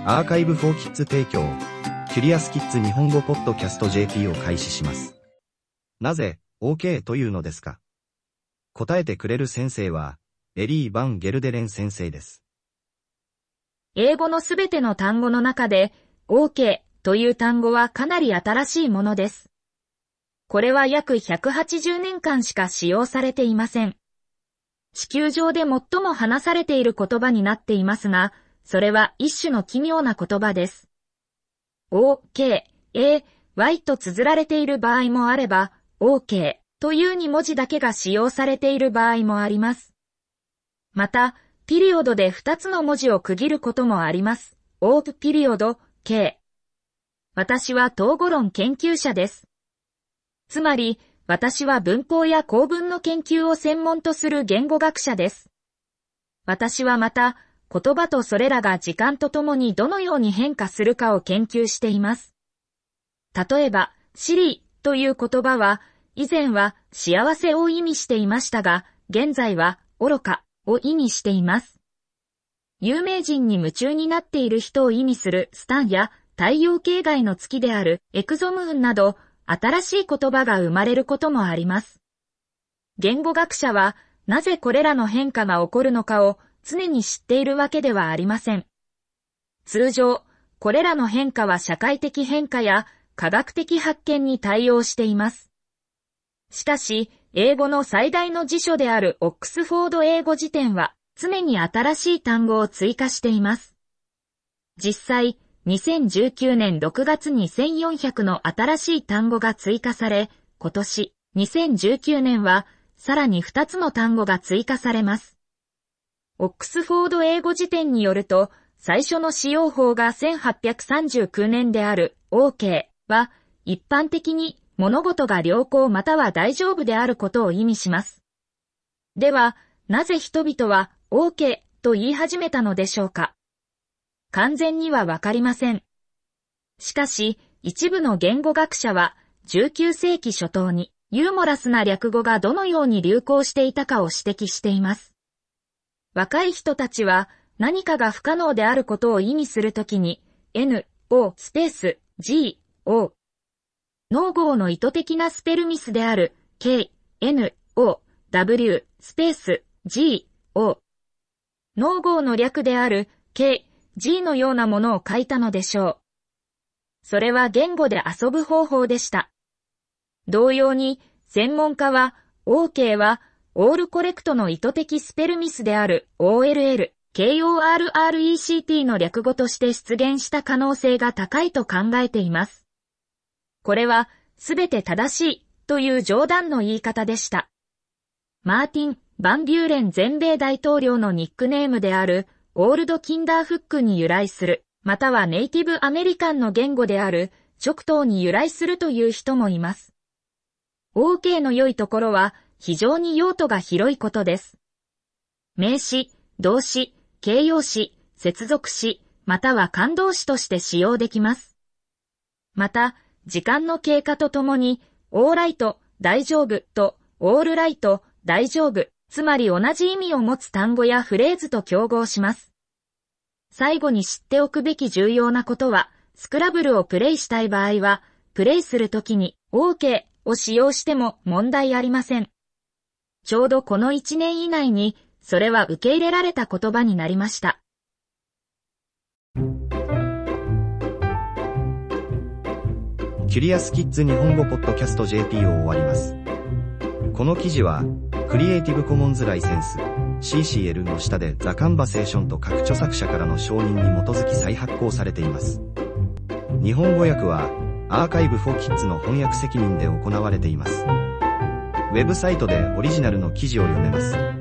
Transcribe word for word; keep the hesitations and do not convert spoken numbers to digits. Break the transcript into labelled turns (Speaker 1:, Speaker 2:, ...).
Speaker 1: アーカイブフォーキッズ提供、キュリアスキッズ日本語ポッドキャスト ジェーピー を開始します。なぜ OK というのですか？答えてくれる先生は、エリー・バン・ゲルデレン先生です。
Speaker 2: 英語のすべての単語の中で、OK という単語はかなり新しいものです。これは約ひゃくはちじゅうねんかんしか使用されていません。地球上で最も話されている言葉になっていますが、それは一種の奇妙な言葉です。OK、A、Y と綴られている場合もあれば、OK というに文字だけが使用されている場合もあります。また、ピリオドでふたつの文字を区切ることもあります。O ピリオド、K。私は統合論研究者です。つまり、私は文法や構文の研究を専門とする言語学者です。私はまた、言葉とそれらが時間とともにどのように変化するかを研究しています。例えば、シリーという言葉は、以前は幸せを意味していましたが、現在は愚かを意味しています。有名人に夢中になっている人を意味するスタンや太陽系外の月であるエクゾムーンなど、新しい言葉が生まれることもあります。言語学者は、なぜこれらの変化が起こるのかを常に知っているわけではありません。通常、これらの変化は社会的変化や科学的発見に対応しています。しかし、英語の最大の辞書であるオックスフォード英語辞典は、常に新しい単語を追加しています。実際、にせんじゅうきゅうねんろくがつにせんよんひゃくの新しい単語が追加され、今年、にせんじゅうきゅうねんは、さらにふたつの単語が追加されます。オックスフォード英語辞典によると、最初の使用法がせんはっぴゃくさんじゅうきゅうねんである OK は、一般的に物事が良好または大丈夫であることを意味します。では、なぜ人々は OK と言い始めたのでしょうか？完全にはわかりません。しかし、一部の言語学者は、じゅうきゅうせいき初頭にユーモラスな略語がどのように流行していたかを指摘しています。若い人たちは何かが不可能であることを意味するときに N、O、スペース、G、O。ノーゴーの意図的なスペルミスである K、N、O、W、スペース、G、O。ノーゴーの略である K、G のようなものを書いたのでしょう。それは言語で遊ぶ方法でした。同様に、専門家は OK はオールコレクトの意図的スペルミスである オーエルエル、ケーオーアールアールイーシーティー の略語として出現した可能性が高いと考えています。これはすべて正しいという冗談の言い方でした。マーティン・バンビューレン全米大統領のニックネームであるオールド・キンダーフックに由来する、またはネイティブアメリカンの言語である直頭に由来するという人もいます。OK の良いところは非常に用途が広いことです。名詞、動詞、形容詞、接続詞、または感動詞として使用できます。また、時間の経過とともに、オーライト、大丈夫と、オールライト、大丈夫、つまり同じ意味を持つ単語やフレーズと競合します。最後に知っておくべき重要なことは、スクラブルをプレイしたい場合は、プレイするときに OK を使用しても問題ありません。ちょうどこのいちねん以内に、それは受け入れられた言葉になりました。
Speaker 1: キュリアスキッズ日本語ポッドキャスト ジェーピー を終わります。この記事は、クリエイティブコモンズライセンス シーシーエル の下でザ・カンバセーションと各著作者からの承認に基づき再発行されています。日本語訳は、アーカイブフォーキッズの翻訳責任で行われています。ウェブサイトでオリジナルの記事を読めます。